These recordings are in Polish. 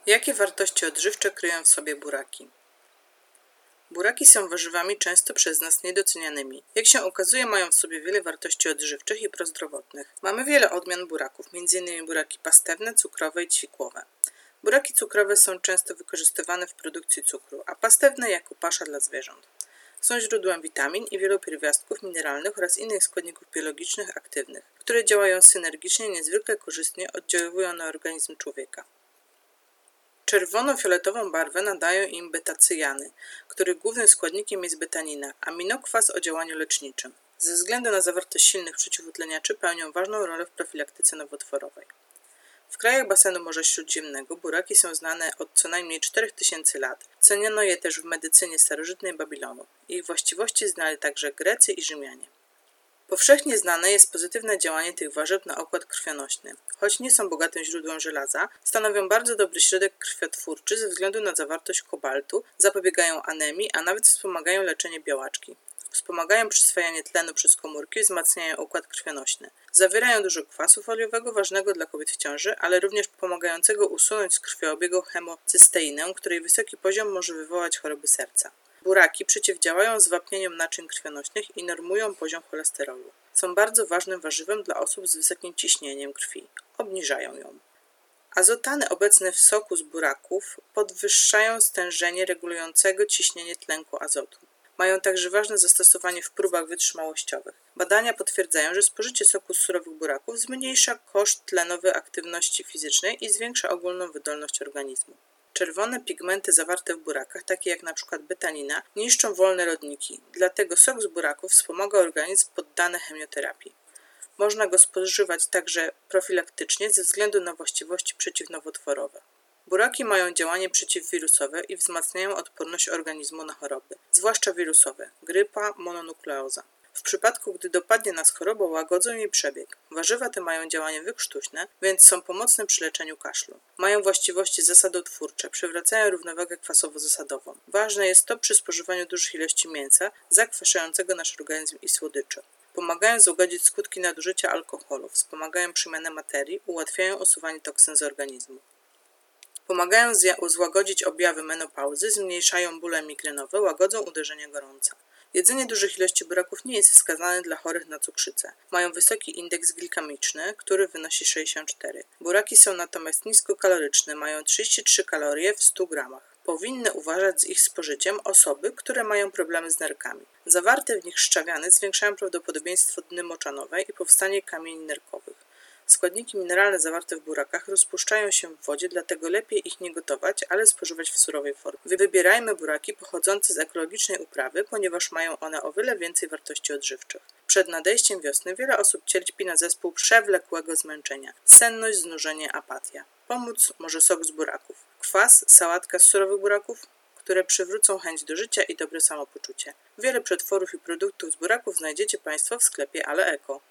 Jakie wartości odżywcze kryją w sobie buraki? Buraki są warzywami często przez nas niedocenianymi. Jak się okazuje, mają w sobie wiele wartości odżywczych i prozdrowotnych. Mamy wiele odmian buraków, m.in. buraki pastewne, cukrowe i ćwikłowe. Buraki cukrowe są często wykorzystywane w produkcji cukru, a pastewne jako pasza dla zwierząt. Są źródłem witamin i wielu pierwiastków mineralnych oraz innych składników biologicznych aktywnych, które działają synergicznie i niezwykle korzystnie oddziałują na organizm człowieka. Czerwono-fioletową barwę nadają im betacyjany, których głównym składnikiem jest betanina, aminokwas o działaniu leczniczym. Ze względu na zawartość silnych przeciwutleniaczy pełnią ważną rolę w profilaktyce nowotworowej. W krajach basenu Morza Śródziemnego buraki są znane od co najmniej 4000 lat. Ceniono je też w medycynie starożytnej Babilonu. Ich właściwości znali także Grecy i Rzymianie. Powszechnie znane jest pozytywne działanie tych warzyw na układ krwionośny. Choć nie są bogatym źródłem żelaza, stanowią bardzo dobry środek krwiotwórczy ze względu na zawartość kobaltu, zapobiegają anemii, a nawet wspomagają leczenie białaczki. Wspomagają przyswajanie tlenu przez komórki i wzmacniają układ krwionośny. Zawierają dużo kwasu foliowego, ważnego dla kobiet w ciąży, ale również pomagającego usunąć z krwiobiegu hemocysteinę, której wysoki poziom może wywołać choroby serca. Buraki przeciwdziałają zwapnieniom naczyń krwionośnych i normują poziom cholesterolu. Są bardzo ważnym warzywem dla osób z wysokim ciśnieniem krwi. Obniżają ją. Azotany obecne w soku z buraków podwyższają stężenie regulującego ciśnienie tlenku azotu. Mają także ważne zastosowanie w próbach wytrzymałościowych. Badania potwierdzają, że spożycie soku z surowych buraków zmniejsza koszt tlenowy aktywności fizycznej i zwiększa ogólną wydolność organizmu. Czerwone pigmenty zawarte w burakach, takie jak np. betanina, niszczą wolne rodniki, dlatego sok z buraków wspomaga organizm poddany chemioterapii. Można go spożywać także profilaktycznie ze względu na właściwości przeciwnowotworowe. Buraki mają działanie przeciwwirusowe i wzmacniają odporność organizmu na choroby, zwłaszcza wirusowe, grypa, mononukleoza. W przypadku, gdy dopadnie nas choroba, łagodzą jej przebieg. Warzywa te mają działanie wykrztuśne, więc są pomocne przy leczeniu kaszlu. Mają właściwości zasadotwórcze, przywracają równowagę kwasowo-zasadową. Ważne jest to przy spożywaniu dużych ilości mięsa, zakwaszającego nasz organizm i słodyczy. Pomagają złagodzić skutki nadużycia alkoholu, wspomagają przemianę materii, ułatwiają usuwanie toksyn z organizmu. Pomagają złagodzić objawy menopauzy, zmniejszają bóle migrenowe, łagodzą uderzenie gorąca. Jedzenie dużych ilości buraków nie jest wskazane dla chorych na cukrzycę. Mają wysoki indeks glikemiczny, który wynosi 64. Buraki są natomiast niskokaloryczne, mają 33 kalorie w 100 gramach. Powinny uważać z ich spożyciem osoby, które mają problemy z nerkami. Zawarte w nich szczawiany zwiększają prawdopodobieństwo dny moczanowej i powstanie kamieni nerkowych. Składniki mineralne zawarte w burakach rozpuszczają się w wodzie, dlatego lepiej ich nie gotować, ale spożywać w surowej formie. Wybierajmy buraki pochodzące z ekologicznej uprawy, ponieważ mają one o wiele więcej wartości odżywczych. Przed nadejściem wiosny wiele osób cierpi na zespół przewlekłego zmęczenia, senność, znużenie, apatia. Pomóc może sok z buraków. Kwas, sałatka z surowych buraków, które przywrócą chęć do życia i dobre samopoczucie. Wiele przetworów i produktów z buraków znajdziecie Państwo w sklepie Ale Eko.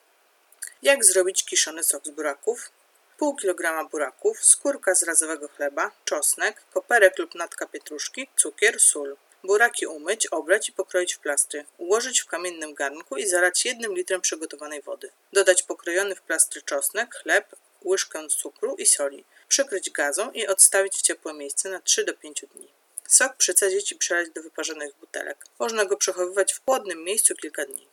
Jak zrobić kiszony sok z buraków? Pół kilograma buraków, skórka z razowego chleba, czosnek, koperek lub natka pietruszki, cukier, sól. Buraki umyć, obrać i pokroić w plastry. Ułożyć w kamiennym garnku i zalać 1 litrem przygotowanej wody. Dodać pokrojony w plastry czosnek, chleb, łyżkę cukru i soli. Przykryć gazą i odstawić w ciepłe miejsce na 3 do 5 dni. Sok przecedzić i przelać do wyparzonych butelek. Można go przechowywać w chłodnym miejscu kilka dni.